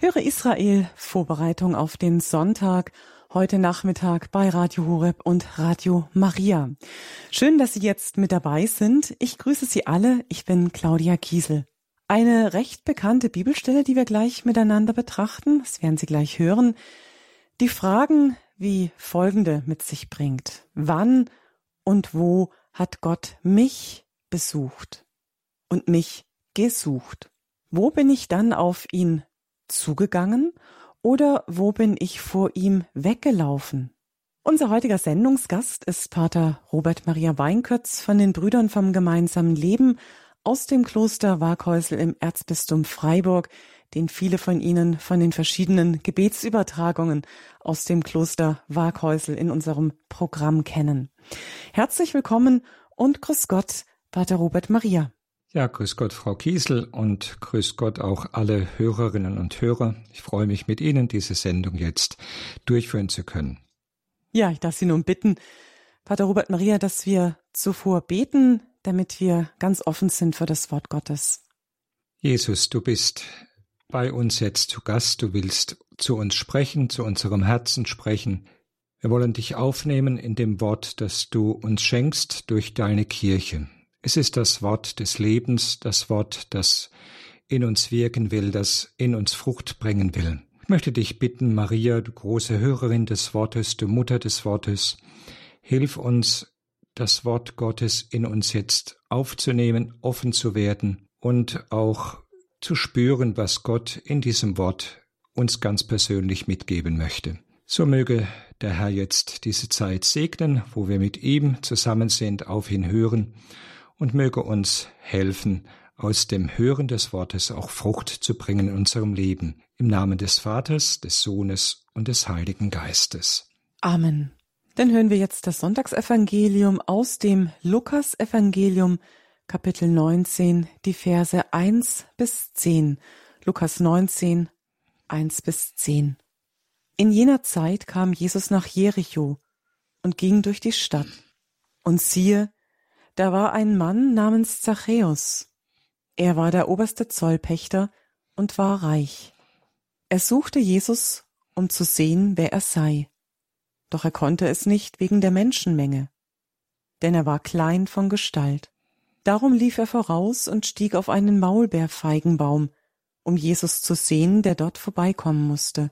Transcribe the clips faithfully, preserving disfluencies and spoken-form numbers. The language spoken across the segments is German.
Höre Israel, Vorbereitung auf den Sonntag, heute Nachmittag bei Radio Horeb und Radio Maria. Schön, dass Sie jetzt mit dabei sind. Ich grüße Sie alle, ich bin Claudia Kiesel. Eine recht bekannte Bibelstelle, die wir gleich miteinander betrachten, das werden Sie gleich hören, die Fragen wie folgende mit sich bringt. Wann und wo hat Gott mich besucht und mich gesucht? Wo bin ich dann auf ihn zugegangen oder wo bin ich vor ihm weggelaufen? Unser heutiger Sendungsgast ist Pater Robert Maria Weinkötz von den Brüdern vom gemeinsamen Leben aus dem Kloster Waaghäusel im Erzbistum Freiburg, den viele von Ihnen von den verschiedenen Gebetsübertragungen aus dem Kloster Waaghäusel in unserem Programm kennen. Herzlich willkommen und grüß Gott, Pater Robert Maria. Ja, grüß Gott, Frau Kiesel, und grüß Gott auch alle Hörerinnen und Hörer. Ich freue mich, mit Ihnen diese Sendung jetzt durchführen zu können. Ja, ich darf Sie nun bitten, Pater Robert Maria, dass wir zuvor beten, damit wir ganz offen sind für das Wort Gottes. Jesus, du bist bei uns jetzt zu Gast. Du willst zu uns sprechen, zu unserem Herzen sprechen. Wir wollen dich aufnehmen in dem Wort, das du uns schenkst durch deine Kirche. Es ist das Wort des Lebens, das Wort, das in uns wirken will, das in uns Frucht bringen will. Ich möchte dich bitten, Maria, du große Hörerin des Wortes, du Mutter des Wortes, hilf uns, das Wort Gottes in uns jetzt aufzunehmen, offen zu werden und auch zu spüren, was Gott in diesem Wort uns ganz persönlich mitgeben möchte. So möge der Herr jetzt diese Zeit segnen, wo wir mit ihm zusammen sind, auf ihn hören, und möge uns helfen, aus dem Hören des Wortes auch Frucht zu bringen in unserem Leben. Im Namen des Vaters, des Sohnes und des Heiligen Geistes. Amen. Dann hören wir jetzt das Sonntagsevangelium aus dem Lukas-Evangelium, Kapitel neunzehn, die Verse eins bis zehn. Lukas neunzehn, eins bis zehn. In jener Zeit kam Jesus nach Jericho und ging durch die Stadt. Und siehe, da war ein Mann namens Zachäus. Er war der oberste Zollpächter und war reich. Er suchte Jesus, um zu sehen, wer er sei. Doch er konnte es nicht wegen der Menschenmenge, denn er war klein von Gestalt. Darum lief er voraus und stieg auf einen Maulbeerfeigenbaum, um Jesus zu sehen, der dort vorbeikommen musste.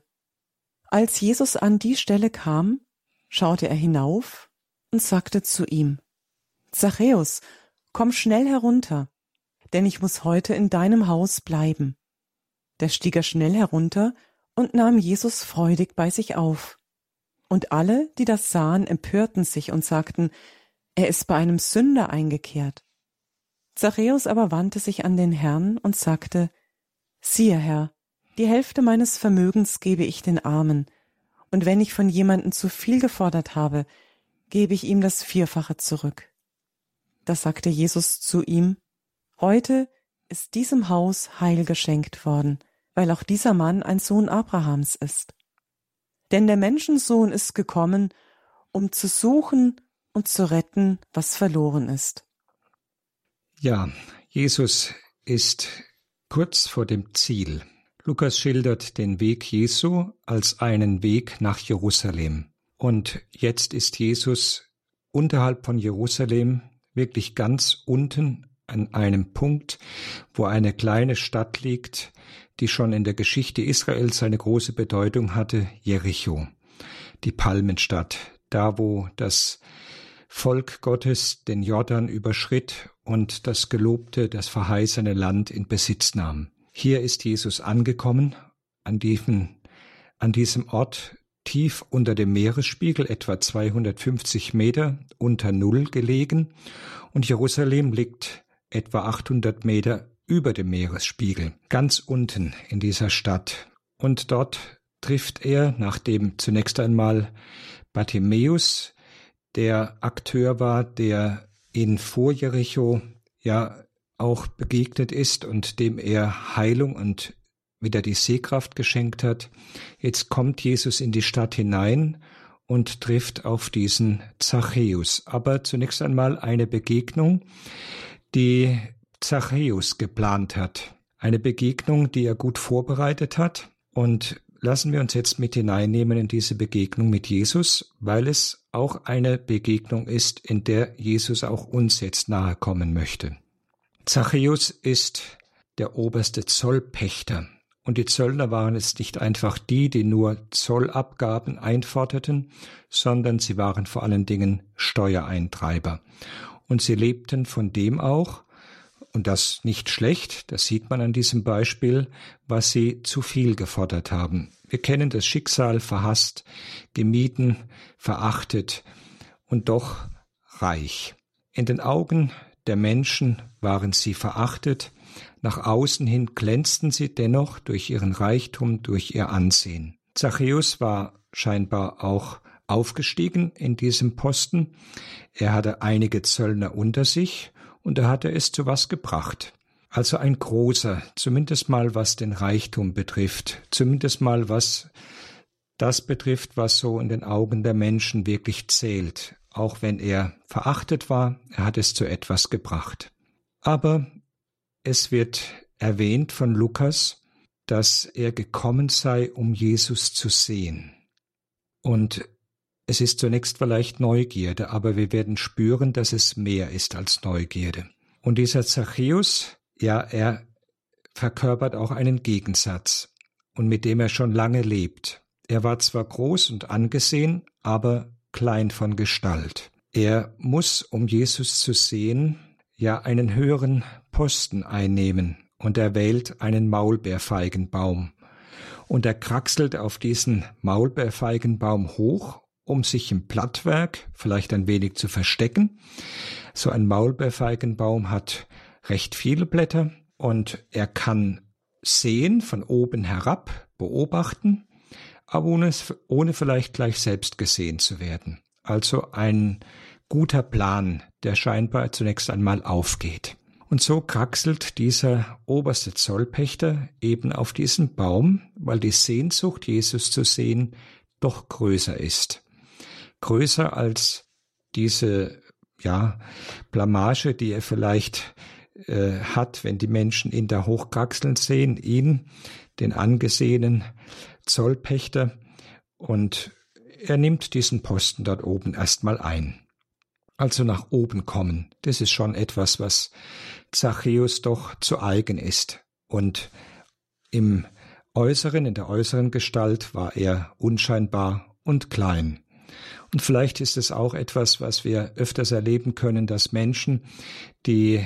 Als Jesus an die Stelle kam, schaute er hinauf und sagte zu ihm: Zachäus, komm schnell herunter, denn ich muss heute in deinem Haus bleiben. Da stieg er schnell herunter und nahm Jesus freudig bei sich auf. Und alle, die das sahen, empörten sich und sagten, er ist bei einem Sünder eingekehrt. Zachäus aber wandte sich an den Herrn und sagte, siehe, Herr, die Hälfte meines Vermögens gebe ich den Armen, und wenn ich von jemandem zu viel gefordert habe, gebe ich ihm das Vierfache zurück. Da sagte Jesus zu ihm, heute ist diesem Haus Heil geschenkt worden, weil auch dieser Mann ein Sohn Abrahams ist. Denn der Menschensohn ist gekommen, um zu suchen und zu retten, was verloren ist. Ja, Jesus ist kurz vor dem Ziel. Lukas schildert den Weg Jesu als einen Weg nach Jerusalem. Und jetzt ist Jesus unterhalb von Jerusalem, wirklich ganz unten an einem Punkt, wo eine kleine Stadt liegt, die schon in der Geschichte Israels eine große Bedeutung hatte, Jericho, die Palmenstadt, da wo das Volk Gottes den Jordan überschritt und das gelobte, das verheißene Land in Besitz nahm. Hier ist Jesus angekommen, an diesem, an diesem Ort, tief unter dem Meeresspiegel, etwa zweihundertfünfzig Meter unter Null gelegen, und Jerusalem liegt etwa achthundert Meter über dem Meeresspiegel, ganz unten in dieser Stadt. Und dort trifft er, nachdem zunächst einmal Bartimäus, der Akteur war, der ihn vor Jericho ja auch begegnet ist und dem er Heilung und wieder die Sehkraft geschenkt hat. Jetzt kommt Jesus in die Stadt hinein und trifft auf diesen Zachäus. Aber zunächst einmal eine Begegnung, die Zachäus geplant hat. Eine Begegnung, die er gut vorbereitet hat. Und lassen wir uns jetzt mit hineinnehmen in diese Begegnung mit Jesus, weil es auch eine Begegnung ist, in der Jesus auch uns jetzt nahe kommen möchte. Zachäus ist der oberste Zollpächter. Und die Zöllner waren jetzt nicht einfach die, die nur Zollabgaben einforderten, sondern sie waren vor allen Dingen Steuereintreiber. Und sie lebten von dem auch, und das nicht schlecht, das sieht man an diesem Beispiel, was sie zu viel gefordert haben. Wir kennen das Schicksal, verhasst, gemieden, verachtet und doch reich. In den Augen der Menschen waren sie verachtet, nach außen hin glänzten sie dennoch durch ihren Reichtum, durch ihr Ansehen. Zachäus war scheinbar auch aufgestiegen in diesem Posten. Er hatte einige Zöllner unter sich und er hatte es zu was gebracht. Also ein großer, zumindest mal was den Reichtum betrifft, zumindest mal was das betrifft, was so in den Augen der Menschen wirklich zählt. Auch wenn er verachtet war, er hat es zu etwas gebracht. Aber es wird erwähnt von Lukas, dass er gekommen sei, um Jesus zu sehen. Und es ist zunächst vielleicht Neugierde, aber wir werden spüren, dass es mehr ist als Neugierde. Und dieser Zachäus, ja, er verkörpert auch einen Gegensatz und mit dem er schon lange lebt. Er war zwar groß und angesehen, aber klein von Gestalt. Er muss, um Jesus zu sehen, ja einen höheren Posten einnehmen, und er wählt einen Maulbeerfeigenbaum. Und er kraxelt auf diesen Maulbeerfeigenbaum hoch, um sich im Blattwerk vielleicht ein wenig zu verstecken. So ein Maulbeerfeigenbaum hat recht viele Blätter und er kann sehen, von oben herab, beobachten, aber ohne, ohne vielleicht gleich selbst gesehen zu werden. Also ein guter Plan, der scheinbar zunächst einmal aufgeht. Und so kraxelt dieser oberste Zollpächter eben auf diesen Baum, weil die Sehnsucht, Jesus zu sehen, doch größer ist. Größer als diese, ja, Blamage, die er vielleicht äh, hat, wenn die Menschen ihn da hochkraxeln sehen, ihn, den angesehenen Zollpächter, und er nimmt diesen Posten dort oben erstmal ein. Also nach oben kommen, das ist schon etwas, was Zachäus doch zu eigen ist. Und im Äußeren, in der äußeren Gestalt war er unscheinbar und klein. Und vielleicht ist es auch etwas, was wir öfters erleben können, dass Menschen, die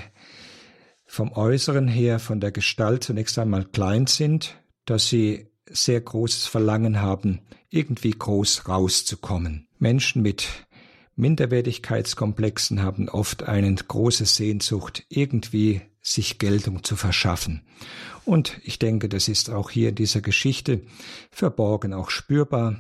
vom Äußeren her, von der Gestalt zunächst einmal klein sind, dass sie sehr großes Verlangen haben, irgendwie groß rauszukommen. Menschen mit Minderwertigkeitskomplexen haben oft eine große Sehnsucht, irgendwie sich Geltung zu verschaffen. Und ich denke, das ist auch hier in dieser Geschichte verborgen auch spürbar.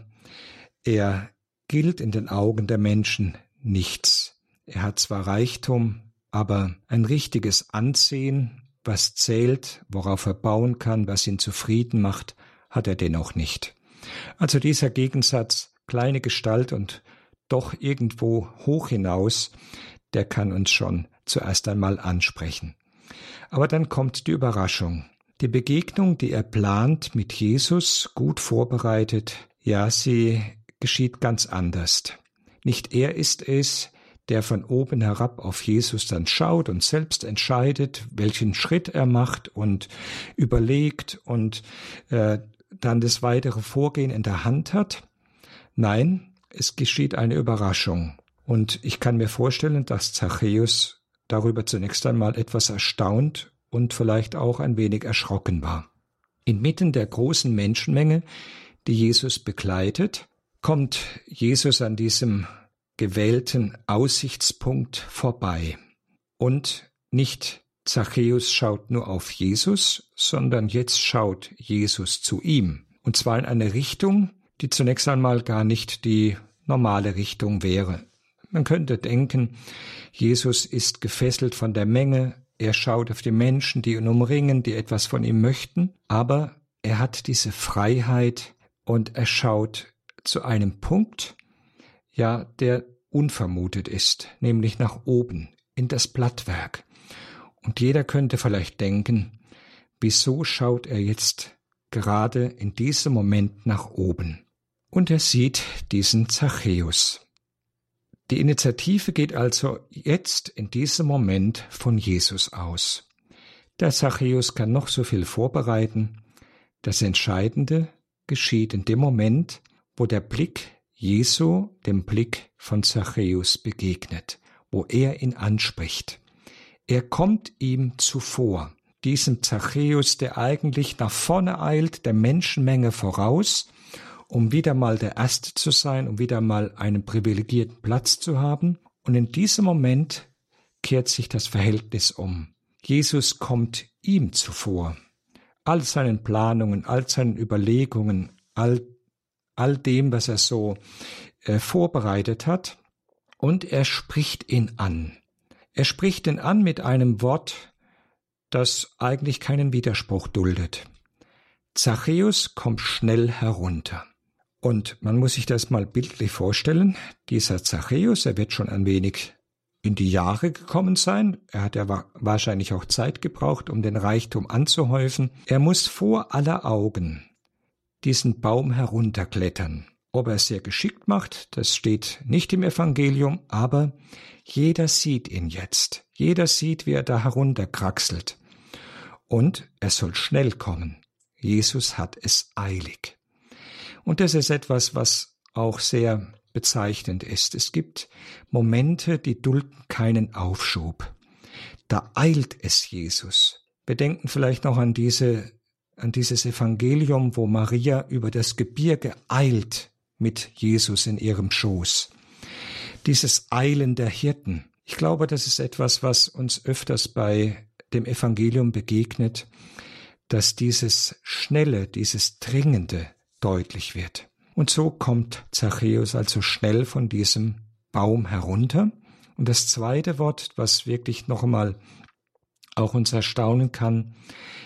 Er gilt in den Augen der Menschen nichts. Er hat zwar Reichtum, aber ein richtiges Ansehen, was zählt, worauf er bauen kann, was ihn zufrieden macht, hat er dennoch nicht. Also dieser Gegensatz, kleine Gestalt und doch irgendwo hoch hinaus, der kann uns schon zuerst einmal ansprechen. Aber dann kommt die Überraschung. Die Begegnung, die er plant mit Jesus, gut vorbereitet, ja, sie geschieht ganz anders. Nicht er ist es, der von oben herab auf Jesus dann schaut und selbst entscheidet, welchen Schritt er macht und überlegt und äh, dann das weitere Vorgehen in der Hand hat. Nein, es geschieht eine Überraschung. Und ich kann mir vorstellen, dass Zachäus darüber zunächst einmal etwas erstaunt und vielleicht auch ein wenig erschrocken war. Inmitten der großen Menschenmenge, die Jesus begleitet, kommt Jesus an diesem gewählten Aussichtspunkt vorbei. Und nicht Zachäus schaut nur auf Jesus, sondern jetzt schaut Jesus zu ihm. Und zwar in eine Richtung, die zunächst einmal gar nicht die normale Richtung wäre. Man könnte denken, Jesus ist gefesselt von der Menge, er schaut auf die Menschen, die ihn umringen, die etwas von ihm möchten, aber er hat diese Freiheit und er schaut zu einem Punkt, ja, der unvermutet ist, nämlich nach oben, in das Blattwerk. Und jeder könnte vielleicht denken, wieso schaut er jetzt gerade in diesem Moment nach oben. Und er sieht diesen Zachäus. Die Initiative geht also jetzt in diesem Moment von Jesus aus. Der Zachäus kann noch so viel vorbereiten. Das Entscheidende geschieht in dem Moment, wo der Blick Jesu dem Blick von Zachäus begegnet, wo er ihn anspricht. Er kommt ihm zuvor, diesem Zachäus, der eigentlich nach vorne eilt, der Menschenmenge voraus, um wieder mal der Erste zu sein, um wieder mal einen privilegierten Platz zu haben. Und in diesem Moment kehrt sich das Verhältnis um. Jesus kommt ihm zuvor. All seinen Planungen, all seinen Überlegungen, all, all dem, was er so äh, vorbereitet hat. Und er spricht ihn an. Er spricht ihn an mit einem Wort, das eigentlich keinen Widerspruch duldet. Zachäus, komm schnell herunter. Und man muss sich das mal bildlich vorstellen. Dieser Zachäus, er wird schon ein wenig in die Jahre gekommen sein. Er hat ja wahrscheinlich auch Zeit gebraucht, um den Reichtum anzuhäufen. Er muss vor aller Augen diesen Baum herunterklettern. Ob er es sehr geschickt macht, das steht nicht im Evangelium, aber jeder sieht ihn jetzt. Jeder sieht, wie er da herunterkraxelt. Und er soll schnell kommen. Jesus hat es eilig. Und das ist etwas, was auch sehr bezeichnend ist. Es gibt Momente, die dulden keinen Aufschub. Da eilt es Jesus. Wir denken vielleicht noch an diese, an dieses Evangelium, wo Maria über das Gebirge eilt mit Jesus in ihrem Schoß. Dieses Eilen der Hirten. Ich glaube, das ist etwas, was uns öfters bei dem Evangelium begegnet, dass dieses Schnelle, dieses Dringende deutlich wird. Und so kommt Zachäus also schnell von diesem Baum herunter. Und das zweite Wort, was wirklich noch einmal auch uns erstaunen kann,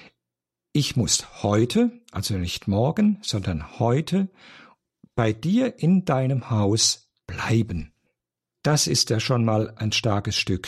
ich muss heute, also nicht morgen, sondern heute, bei dir in deinem Haus bleiben. Das ist ja schon mal ein starkes Stück.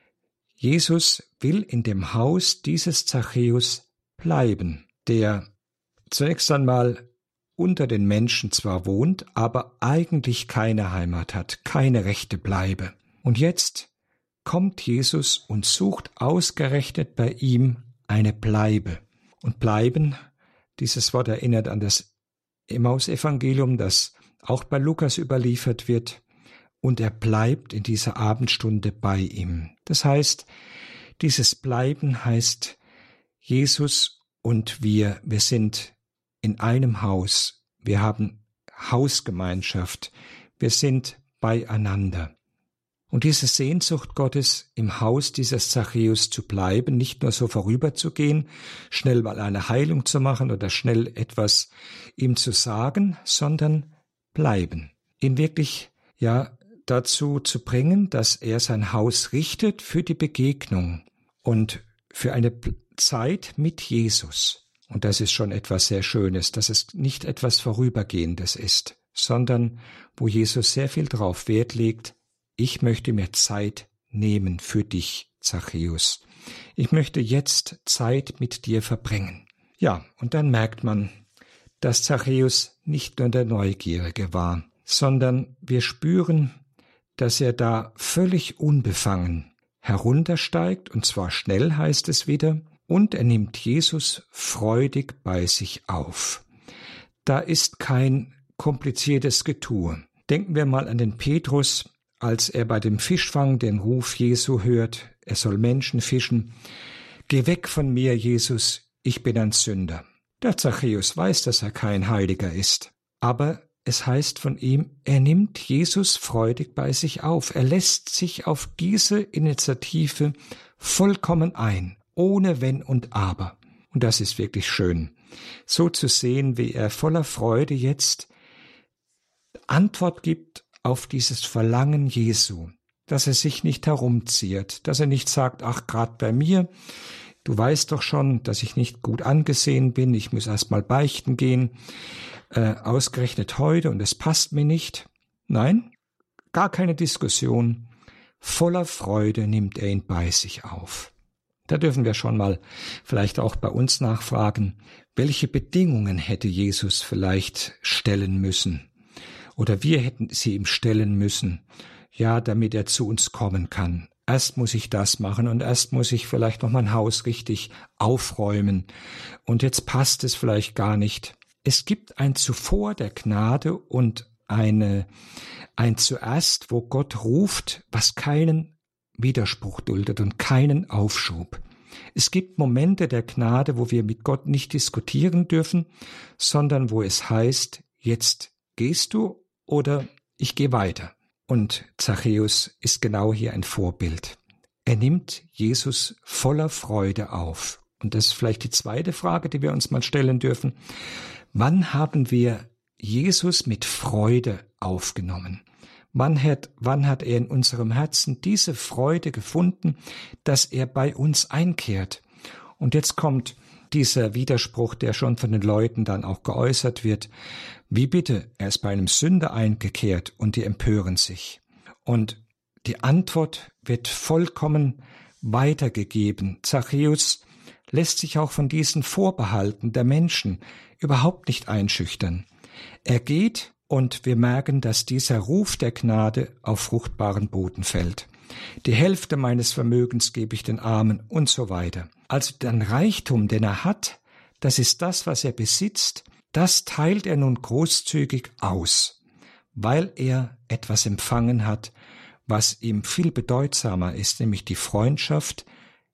Jesus will in dem Haus dieses Zachäus bleiben, der zunächst einmal unter den Menschen zwar wohnt, aber eigentlich keine Heimat hat, keine rechte Bleibe. Und jetzt kommt Jesus und sucht ausgerechnet bei ihm eine Bleibe. Und bleiben, dieses Wort erinnert an das Emmaus-Evangelium, das auch bei Lukas überliefert wird. Und er bleibt in dieser Abendstunde bei ihm. Das heißt, dieses Bleiben heißt, Jesus und wir, wir sind in einem Haus, wir haben Hausgemeinschaft, wir sind beieinander. Und diese Sehnsucht Gottes, im Haus dieses Zachäus zu bleiben, nicht nur so vorüberzugehen, schnell mal eine Heilung zu machen oder schnell etwas ihm zu sagen, sondern bleiben. Ihn wirklich, ja, dazu zu bringen, dass er sein Haus richtet für die Begegnung und für eine Zeit mit Jesus. Und das ist schon etwas sehr Schönes, dass es nicht etwas Vorübergehendes ist, sondern wo Jesus sehr viel drauf Wert legt, ich möchte mir Zeit nehmen für dich, Zachäus. Ich möchte jetzt Zeit mit dir verbringen. Ja, und dann merkt man, dass Zachäus nicht nur der Neugierige war, sondern wir spüren, dass er da völlig unbefangen heruntersteigt, und zwar schnell heißt es wieder, und er nimmt Jesus freudig bei sich auf. Da ist kein kompliziertes Getue. Denken wir mal an den Petrus, als er bei dem Fischfang den Ruf Jesu hört, er soll Menschen fischen. Geh weg von mir, Jesus, ich bin ein Sünder. Der Zachäus weiß, dass er kein Heiliger ist, aber es heißt von ihm, er nimmt Jesus freudig bei sich auf. Er lässt sich auf diese Initiative vollkommen ein, ohne Wenn und Aber. Und das ist wirklich schön, so zu sehen, wie er voller Freude jetzt Antwort gibt auf dieses Verlangen Jesu, dass er sich nicht herumziert, dass er nicht sagt, ach, grad bei mir, du weißt doch schon, dass ich nicht gut angesehen bin, ich muss erst mal beichten gehen, äh, ausgerechnet heute und es passt mir nicht. Nein, gar keine Diskussion. Voller Freude nimmt er ihn bei sich auf. Da dürfen wir schon mal vielleicht auch bei uns nachfragen, welche Bedingungen hätte Jesus vielleicht stellen müssen? Oder wir hätten sie ihm stellen müssen, ja, damit er zu uns kommen kann. Erst muss ich das machen und erst muss ich vielleicht noch mein Haus richtig aufräumen. Und jetzt passt es vielleicht gar nicht. Es gibt ein Zuvor der Gnade und eine, ein Zuerst, wo Gott ruft, was keinen Widerspruch duldet und keinen Aufschub. Es gibt Momente der Gnade, wo wir mit Gott nicht diskutieren dürfen, sondern wo es heißt, jetzt gehst du oder ich gehe weiter. Und Zachäus ist genau hier ein Vorbild. Er nimmt Jesus voller Freude auf. Und das ist vielleicht die zweite Frage, die wir uns mal stellen dürfen. Wann haben wir Jesus mit Freude aufgenommen? Wann hat, wann hat er in unserem Herzen diese Freude gefunden, dass er bei uns einkehrt? Und jetzt kommt dieser Widerspruch, der schon von den Leuten dann auch geäußert wird. Wie bitte? Er ist bei einem Sünder eingekehrt und die empören sich. Und die Antwort wird vollkommen weitergegeben. Zachäus lässt sich auch von diesen Vorbehalten der Menschen überhaupt nicht einschüchtern. Er geht und wir merken, dass dieser Ruf der Gnade auf fruchtbaren Boden fällt. Die Hälfte meines Vermögens gebe ich den Armen und so weiter. Also den Reichtum, den er hat, das ist das, was er besitzt, das teilt er nun großzügig aus, weil er etwas empfangen hat, was ihm viel bedeutsamer ist, nämlich die Freundschaft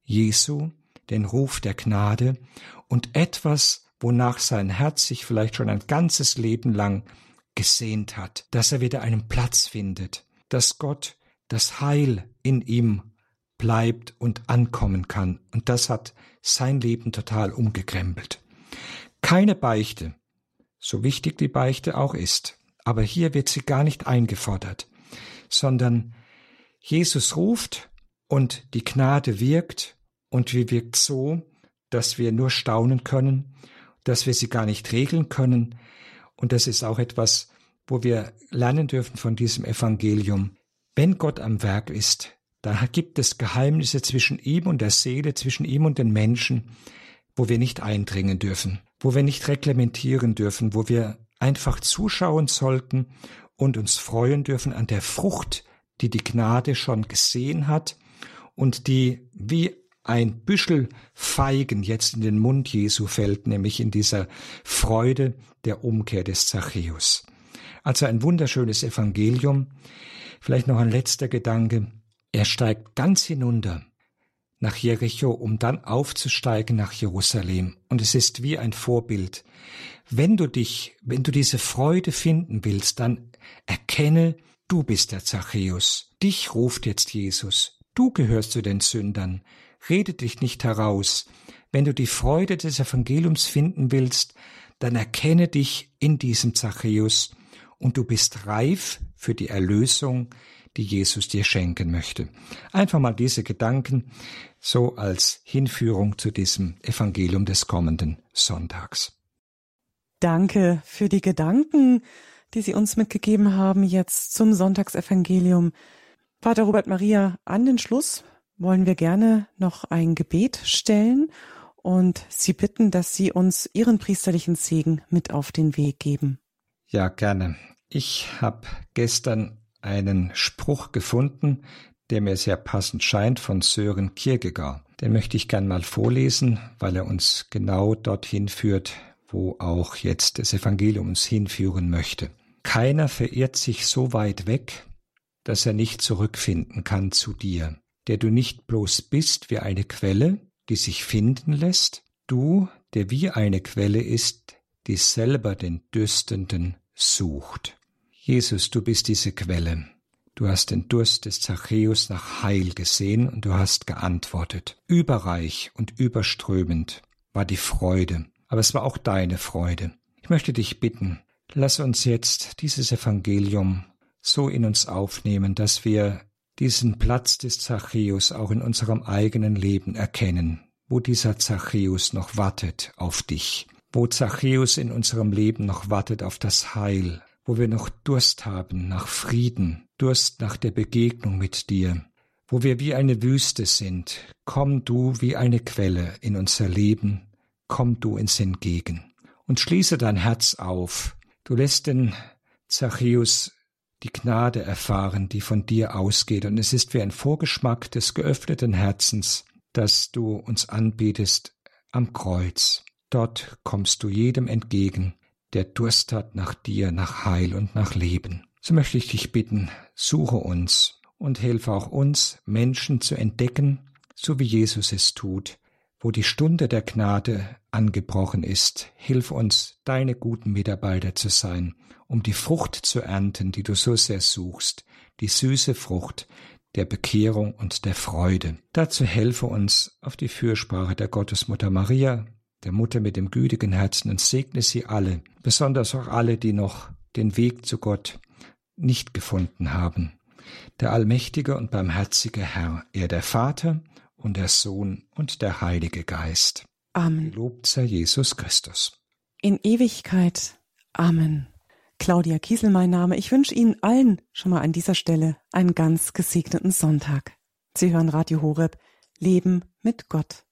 Jesu, den Ruf der Gnade und etwas, wonach sein Herz sich vielleicht schon ein ganzes Leben lang gesehnt hat, dass er wieder einen Platz findet, dass Gott das Heil in ihm bleibt und ankommen kann. Und das hat sein Leben total umgekrempelt. Keine Beichte, so wichtig die Beichte auch ist, aber hier wird sie gar nicht eingefordert, sondern Jesus ruft und die Gnade wirkt und sie wirkt so, dass wir nur staunen können, dass wir sie gar nicht regeln können. Und das ist auch etwas, wo wir lernen dürfen von diesem Evangelium. Wenn Gott am Werk ist, da gibt es Geheimnisse zwischen ihm und der Seele, zwischen ihm und den Menschen, wo wir nicht eindringen dürfen, wo wir nicht reglementieren dürfen, wo wir einfach zuschauen sollten und uns freuen dürfen an der Frucht, die die Gnade schon gesehen hat und die wie ein Büschel Feigen jetzt in den Mund Jesu fällt, nämlich in dieser Freude der Umkehr des Zachäus. Also ein wunderschönes Evangelium. Vielleicht noch ein letzter Gedanke. Er steigt ganz hinunter nach Jericho, um dann aufzusteigen nach Jerusalem. Und es ist wie ein Vorbild. Wenn du dich, wenn du diese Freude finden willst, dann erkenne, du bist der Zachäus. Dich ruft jetzt Jesus. Du gehörst zu den Sündern. Rede dich nicht heraus. Wenn du die Freude des Evangeliums finden willst, dann erkenne dich in diesem Zachäus und du bist reif für die Erlösung, die Jesus dir schenken möchte. Einfach mal diese Gedanken so als Hinführung zu diesem Evangelium des kommenden Sonntags. Danke für die Gedanken, die Sie uns mitgegeben haben jetzt zum Sonntagsevangelium. Pater Robert Maria, an den Schluss wollen wir gerne noch ein Gebet stellen und Sie bitten, dass Sie uns Ihren priesterlichen Segen mit auf den Weg geben. Ja, gerne. Ich habe gestern einen Spruch gefunden, der mir sehr passend scheint, von Søren Kierkegaard. Den möchte ich gern mal vorlesen, weil er uns genau dorthin führt, wo auch jetzt das Evangelium uns hinführen möchte. Keiner verirrt sich so weit weg, dass er nicht zurückfinden kann zu dir, der du nicht bloß bist wie eine Quelle, die sich finden lässt, du, der wie eine Quelle ist, die selber den Dürstenden sucht. Jesus, du bist diese Quelle. Du hast den Durst des Zachäus nach Heil gesehen und du hast geantwortet. Überreich und überströmend war die Freude, aber es war auch deine Freude. Ich möchte dich bitten, lass uns jetzt dieses Evangelium so in uns aufnehmen, dass wir diesen Platz des Zachäus auch in unserem eigenen Leben erkennen, wo dieser Zachäus noch wartet auf dich, wo Zachäus in unserem Leben noch wartet auf das Heil, wo wir noch Durst haben nach Frieden, Durst nach der Begegnung mit dir, Wo wir wie eine Wüste sind, komm du wie eine Quelle in unser Leben, komm du uns entgegen. Und schließe dein Herz auf. Du lässt den Zachäus die Gnade erfahren, die von dir ausgeht. Und es ist wie ein Vorgeschmack des geöffneten Herzens, dass du uns anbetest am Kreuz. Dort kommst du jedem entgegen, der Durst hat nach dir, nach Heil und nach Leben. So möchte ich dich bitten, suche uns und hilf auch uns, Menschen zu entdecken, so wie Jesus es tut, wo die Stunde der Gnade angebrochen ist. Hilf uns, deine guten Mitarbeiter zu sein, um die Frucht zu ernten, die du so sehr suchst, die süße Frucht der Bekehrung und der Freude. Dazu helfe uns auf die Fürsprache der Gottesmutter Maria, der Mutter mit dem gütigen Herzen, und segne sie alle, besonders auch alle, die noch den Weg zu Gott nicht gefunden haben. Der allmächtige und barmherzige Herr, er der Vater und der Sohn und der Heilige Geist. Amen. Gelobt sei Jesus Christus. In Ewigkeit. Amen. Claudia Kiesel mein Name. Ich wünsche Ihnen allen schon mal an dieser Stelle einen ganz gesegneten Sonntag. Sie hören Radio Horeb, Leben mit Gott.